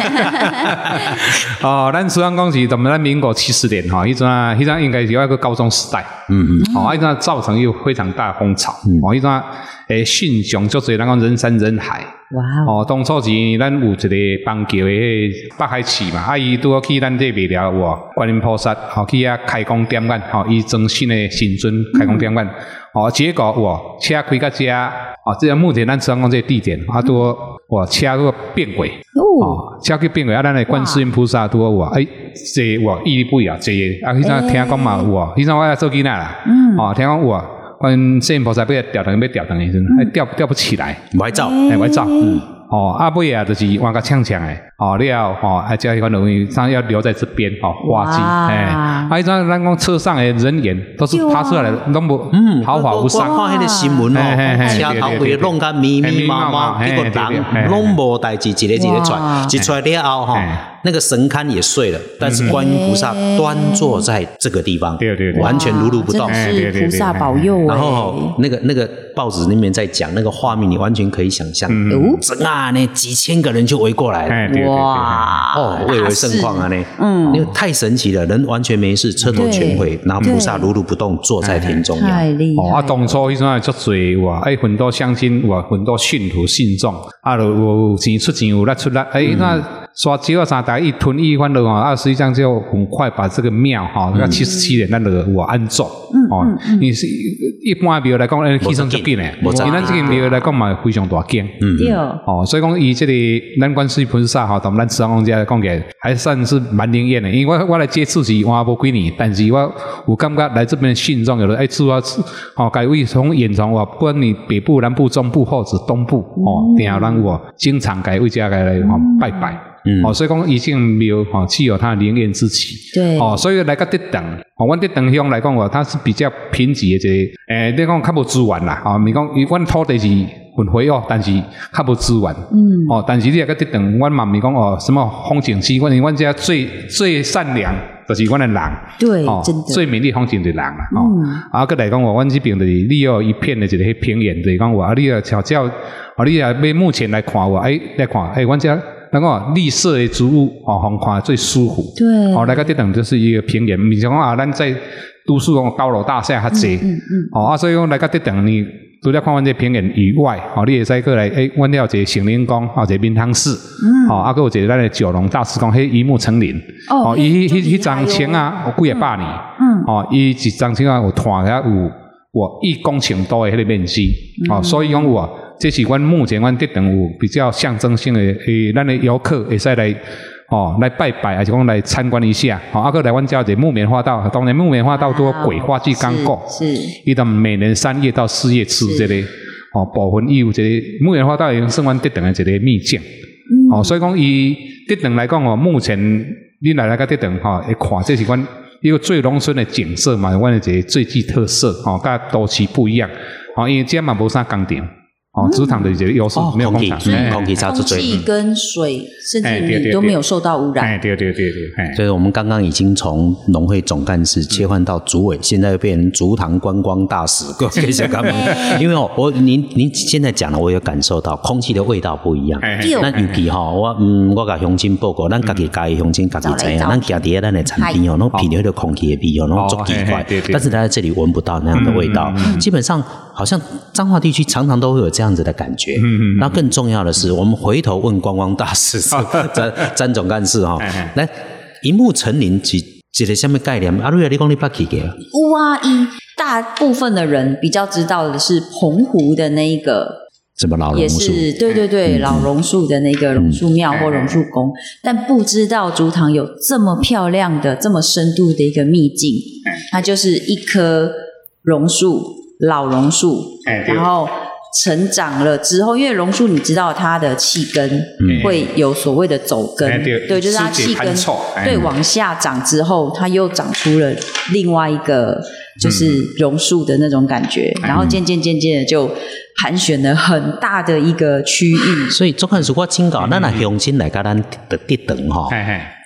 哦，咱虽然讲是咱们咱民国七十年哈，迄阵啊，迄阵应该是一个高中时代，嗯嗯，哦，迄阵造成一个非常大的风潮，嗯、哦，迄阵诶，信众足侪，咱讲人山人海。哇哦！当初时咱有一个邦桥的迄北海市嘛，啊，伊拄好去咱这庙了哇，观音菩萨吼去遐开工点眼，吼，伊装新的新尊开工点眼，哦，结果哇，车开到遮，哦，这目前咱虽然讲这个地点，啊，拄好哇，车个变轨，哦，车去变轨，啊，咱的观世音菩萨拄好哇，诶，这哇屹立不摇，这啊，迄阵听讲嘛有哇，迄阵我要做囡仔啦，哦，听讲哇。观世音菩萨要吊灯，要吊灯的时阵，还吊吊不起来， 不爱走， 哎，不爱走，嗯，哦，啊尾啊，就是换个呛呛的，哦，了，哦，啊，这迄款东西，咱要留在这边，哦，花季，哎，啊，迄阵咱讲车上的人员都是爬出来的，拢无，嗯，毫发无伤。 我看迄个新闻哦，车头位弄甲密密麻麻，结果人拢无代志，一个一个出来，一出来了后哈。那个神龛也碎了，但是观音菩萨端坐在这个地方，对对对，完全如如不动， 真是菩萨保佑。 然后那个那个报纸里面在讲那个画面，你完全可以想象，整啊那几千个人就围过来，哇，哦，蔚为盛况啊那，嗯，因为太神奇了，人完全没事，车头全毁，然后菩萨如如不动坐在田中央， 太厉害。 啊，当初迄阵足侪哇，哎，很多乡亲哇，很多信徒信众，啊，有钱出钱，有力出力，哎，那。刷几个三台一吞一番的话，啊，实际上就很快把这个庙哈，那七十七年那个我安葬，哦，你是一般庙来讲，诶，牺牲足紧诶，伊咱这个庙来讲嘛非常大件，嗯，对，哦，所以讲伊这个咱观世音菩萨哈，同咱慈航家讲起来，还算是蛮灵验的。因为我我来接触是我无几年，但是我有感觉来这边的信众有的哎，主要是哦，改为从演从哇，不管你北部、南部、中部或者东部哦，定有人我经常改为家来哦拜拜。嗯，哦，所以讲已经没有哦，具有它的灵验之气。对，哦，所以来个德等，哦，阮德等乡来讲哦，它是比较贫瘠的这个，诶，你讲较无资源啦，啊，咪讲，阮土地是很肥沃，但是较无资源。嗯，哦，但是你来个德等，阮嘛咪讲哦，什么风景区，阮阮家最最善良就是阮的人。对，哦，真的最美丽风景的人啦。哦，啊，个来讲哦，阮这边就是你有一片的一个平原，就是讲话啊，你要瞧瞧，啊，你啊，要目前来看我，哎，来看，哎，阮家。那个绿色的植物哦，红看最舒服。对，哦，那个地方就是一个平原，你像讲啊，咱在都市讲高楼大厦较济，嗯嗯，哦啊，所以讲那个地方你除了看阮这平原以外，哦，你会使过来，诶，阮了一个圣灵宫，哦，一个明汤寺，嗯，哦，啊，还有一个咱的九龙大师宫，迄一木成林，哦，伊迄迄张墙啊，有几个百年，嗯，哦，伊一张墙啊有摊遐有我一公顷多的迄个面积，哦，所以讲我。这是阮目前阮德等有比较象征性的，诶，咱的游客会使来哦来拜拜，还是讲来参观一下，哦，啊，个来阮家这木棉花道，当然木棉花道都鬼花季刚过，是，伊当每年三月到四月吃这个哦部分有这个木棉花道已经算阮德等的一个秘境，哦，所以讲以德等来讲哦，目前你来来个德等哈，会看这是阮一个最农村的景色嘛，阮的这个最具特色，哦，跟都市不一样，哦，因为这嘛无啥工厂。哦，职场的一些优势没有工厂， 空气差最多， 空气跟水甚至米都没有受到污染。 哎，对对对对， 所以我们刚刚已经从农会总干事切换到主委，现在又变成竹塘观光大使，各位小朋友，因为哦，我您您现在讲了，我有感受到空气的味道不一样。那尤其哈，我嗯，我甲乡亲报告，咱家己家的乡亲家己知影，咱家己咱的产品哦，那品那个空气的味哦，那足奇怪，但是在这里闻不到那样的味道，基本上好像彰化地区常常都会有这样。这样子的感觉，嗯嗯，那更重要的是，我们回头问观光大使詹詹总干事哈，来一木成林是一个什么概念？阿瑞亚，你讲你捌去过？ 有啊，一大部分的人比较知道的是澎湖的那一个。 什么老榕树？ 也是对对对，嗯、老榕树的那个榕树庙或榕树宫，嗯、但不知道竹塘有这么漂亮的、这么深度的一个秘境，它就是一棵榕树。老榕树，然后成长了之后，因为榕树你知道它的气根会有所谓的走根，嗯、对, 对，就是它气根对往下长之后，它又长出了另外一个就是榕树的那种感觉，嗯、然后渐渐渐渐的就盘旋了很大的一个区域。 所以总干事我请教，咱若乡亲来甲咱的德等哈。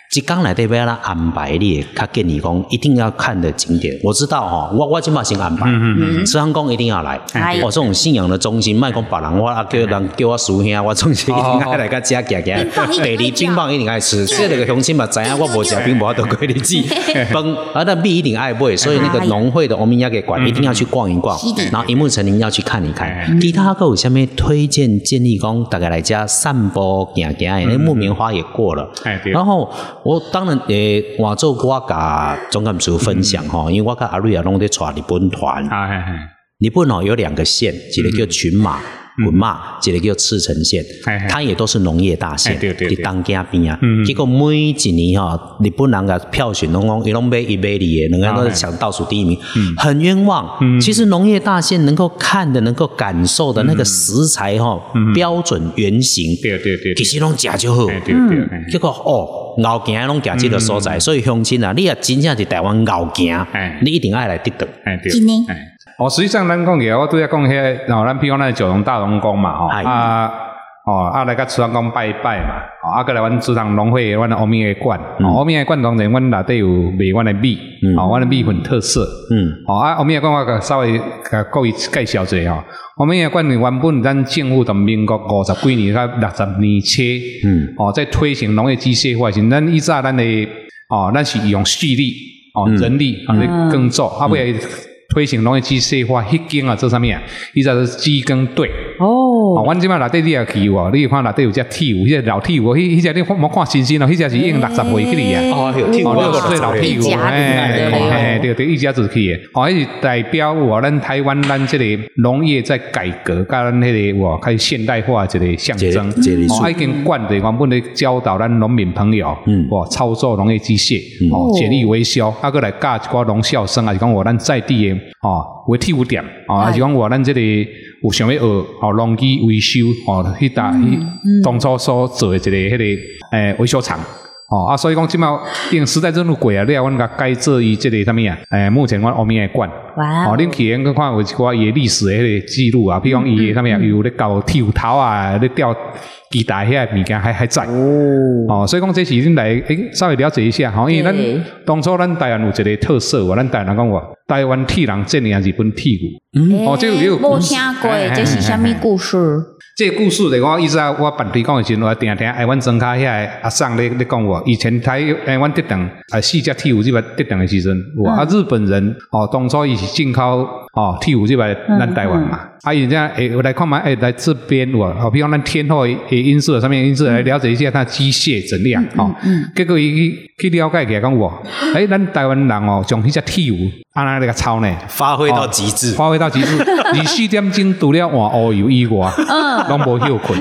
一天内底要咱安排你，较建议讲一定要看的景点。我知道哈，我我今嘛先安排，慈航宫一定要来。我这种信仰的中心，莫讲别人，我啊叫人叫我师兄，我总是一定爱来甲遮行行。第二冰棒一定爱吃，这个乡亲嘛知影我无食冰棒，都过日子。饭啊，但米一定爱买，所以那个农会的欧米亚给馆一定要去逛一逛，然后银幕成林要去看一看。其他还有下面推荐建议讲，大家来家散步行行，那木棉花也过了，然后。我当然诶，换做我甲总干事分享吼、嗯，因为我甲阿瑞也拢在带日本团。啊、日本哦有两个县，一个叫群马、群马，一个叫赤城县，它也都是农业大县，伫东京边啊。结果每一年哈、哦，日本人个票选拢讲，伊拢买一买二的，人家都是抢倒数第一名，嗯、很冤枉。嗯、其实农业大县能够看的、能够感受的那个食材哈、哦，嗯、标准原型，对对对，其实拢食就好。对对对，结果哦。熬行拢行这个所在，嗯、所以乡亲啊，你也真正是台湾熬行，你一定爱来得到。 真的。 哦，实际上咱讲起来，我都要讲遐，哦，咱譬如咱九龙大龙宫嘛，吼啊，哦啊来甲慈航宫拜拜嘛，哦啊，过来阮慈航农会阮的欧米茄馆，欧米茄馆当然阮内底有卖阮的米，哦，阮的米粉特色，嗯，哦啊，欧米茄馆我甲稍微甲各位介绍一下吼。欧米茄馆原本咱政府从民国五十几年到六十年初，嗯，哦，在推行农业机械化时，咱以早咱的哦，咱是用畜力哦人力啊来耕作，啊，为推行农业机械化，迄间啊做啥物啊？伊才是机耕队。哦，哦，阮即摆内底你也去有，你看内底有只铁牛，迄个老铁牛，迄迄只你莫看新鲜咯，迄只是已经六十岁去哩啊。哦，六十岁老铁牛，哎，对对，一家子去的。哦，迄是代表我咱台湾咱即个农业在改革，甲咱迄个哇开始现代化一个象征。哦，已经惯的原本咧教导咱农民朋友，嗯，哇操作农业机械，哦简易维修，啊，搁来教一寡农校生啊，是讲我咱在地的。哦，为铁牛店，哦，还是讲话咱这个有想要学哦，农机维修哦，迄搭迄当初所做的一个迄个诶维修厂，哦啊，所以讲即马因时代进入过啊，你啊，阮甲改做伊即个啥物啊？诶，目前阮欧米茄馆，哦，恁去恁看有一寡伊历史的迄个记录啊，譬如讲伊啥物啊，有咧搞铁牛头啊，咧钓。期待遐物件还还在哦，哦，所以讲这是恁来诶稍微了解一下吼，因为咱当初咱台湾有一个特色，话咱台湾讲话台湾铁人证领日本铁牛，哦，这个有无听过，这是啥物故事？ 这个故事来讲，以前我办推广的时候，我定定哎，阮庄卡遐阿桑咧咧讲话，以前台哎，阮得等啊四只铁牛即摆得等的时阵，啊日本人哦，当初伊是进口哦铁牛即摆咱台湾嘛。啊，人家诶，我来看嘛，诶，来这边我，好，比方咱天后诶因素上面因素来了解一下它机械质量，哦，结果伊去了解起来讲我，诶，咱台湾人哦，将迄只铁牛安那那个操呢， 发挥到极致， 发挥到极致，二四点钟除了换乌油以外，嗯，拢无休困，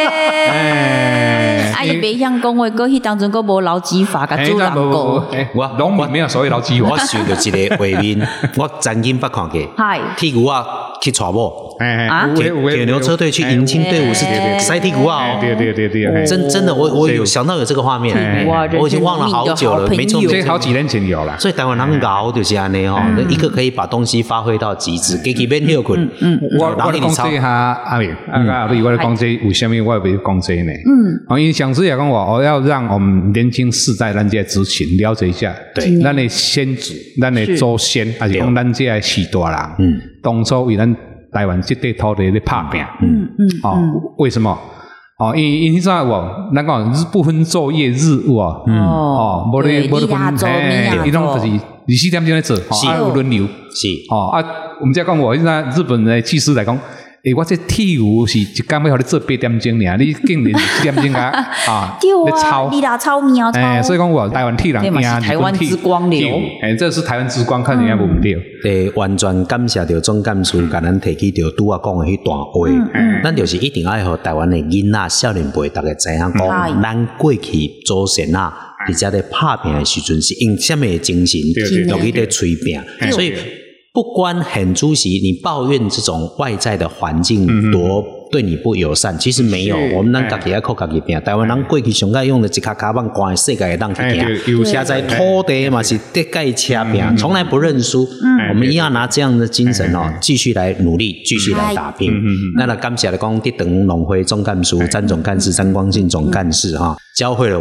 诶，啊，伊袂晓讲话，过去当中佫无劳基法，甲主人讲， 我农民没有所谓劳基法， 我想到一个画面，我曾经捌看过，铁牛啊去娶某。啊！铁铁牛车队去迎亲队伍是塞铁牛啊！ 对对对对， 真真的，我我有想到有这个画面，我已经忘了好久了，没错， 这好几年前有了。 所以台湾人搞就是安尼哈，一个可以把东西发挥到极致，给几遍休困。嗯， 我我讲这下阿明，阿阿我讲这为什么我要讲这呢？嗯，因为上次也讲我，我要让我们年轻世代咱这些族群了解一下，对，咱的先祖、咱的祖先，还是讲咱这些许大人，嗯，当初为咱。台湾这块土地咧拍拼，嗯嗯，哦，为什么？哦，因因你知道无？咱讲日不分昼夜日务啊，嗯哦，无咧无咧分，嘿，伊拢就是二四点钟咧做，啊有轮流， 是， 哦啊，我们再讲我现在日本的技师来讲。诶，我这铁牛是一工要互你做八点钟尔，你竟然四点钟啊啊！ 对啊，你啦超妙超。 诶，所以讲我台湾铁人赢台湾之光了。 诶，这是台湾之光，看人家无对。 诶，完全感谢着总干事，甲咱提起着拄啊讲的迄段话。嗯，咱就是一定要互台湾的囡仔、少年辈，大家知影讲，咱过去祖先啊，伫遮咧拍拼的时阵是用什么精神，落去咧吹拼，所以。不关很主席，你抱怨这种外在的环境多对你不友善，其实没有。我们咱家己要靠家己拼。台湾人过去上爱用的一卡卡棒关世界的当去拼，现在土地嘛是得盖车拼，从来不认输。我们一样拿这样的精神哦，继续来努力，继续来打拼。那那感谢来讲，地等农会总干事、詹总干事、詹光信总干事哈，教会了我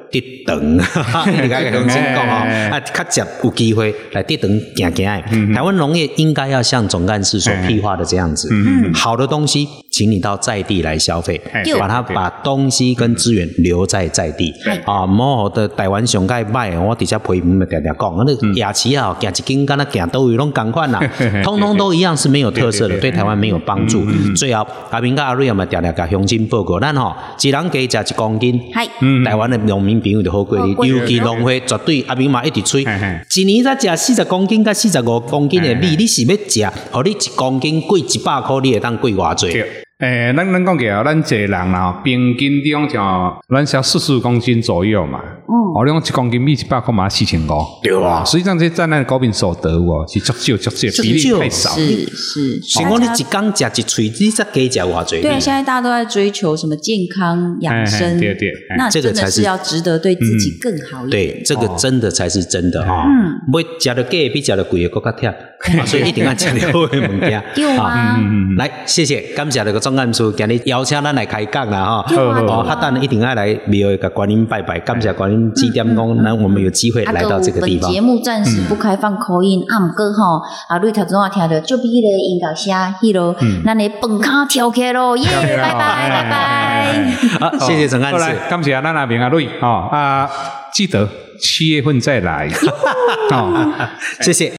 得长，一直甲乡亲讲吼，啊，较接有机会来得长行行的。台湾农业应该要像总干事所批划的这样子，好的东西，请你到在地来消费，把它把东西跟资源留在在地。啊，某的台湾上界歹，我直接批评常常讲，那夜市啊，行一间跟那行倒位拢同款啦，通通都一样是没有特色的，对台湾没有帮助。最后阿明跟阿瑞也嘛常常甲乡亲报告，咱吼一人加食一公斤，台湾的农民朋友就好过哩，尤其农会绝对阿明嘛一直吹，一年才食四十公斤到四十五公斤的米，你是要食，互你一公斤贵一百块，你会当贵偌济？ 诶，咱咱讲起来，咱一个人啦，平均地方像咱销四十公斤左右嘛。嗯。哦，你讲一公斤米一百块嘛四千五。 对啊。 实际上这占咱国民所得哦，是足少足少，比例太少。 是是。 想讲你一工食一喙，你才加食偌济？ 对，现在大家都在追求什么健康养生， 对对。 那真的是要值得对自己更好一点。 对，这个真的才是真的哈。嗯。买食到假的比食到贵的更加忝，所以一定要食到好的物件。 有啊。 来，谢谢，感谢那个总干事今日邀请咱来开讲啦哈。哦，哈等一定要来庙给观音拜拜，感谢观音指点讲，那我们有机会来到这个地方。 本节目暂时不开放口音，啊，毋过吼，啊，你头先我听到就比迄个音乐声，迄落，咱的蹦卡跳起咯，耶，拜拜拜拜。 好，谢谢总干事， 感谢咱阿明阿瑞哦啊，记得七月份再来。好， 谢谢。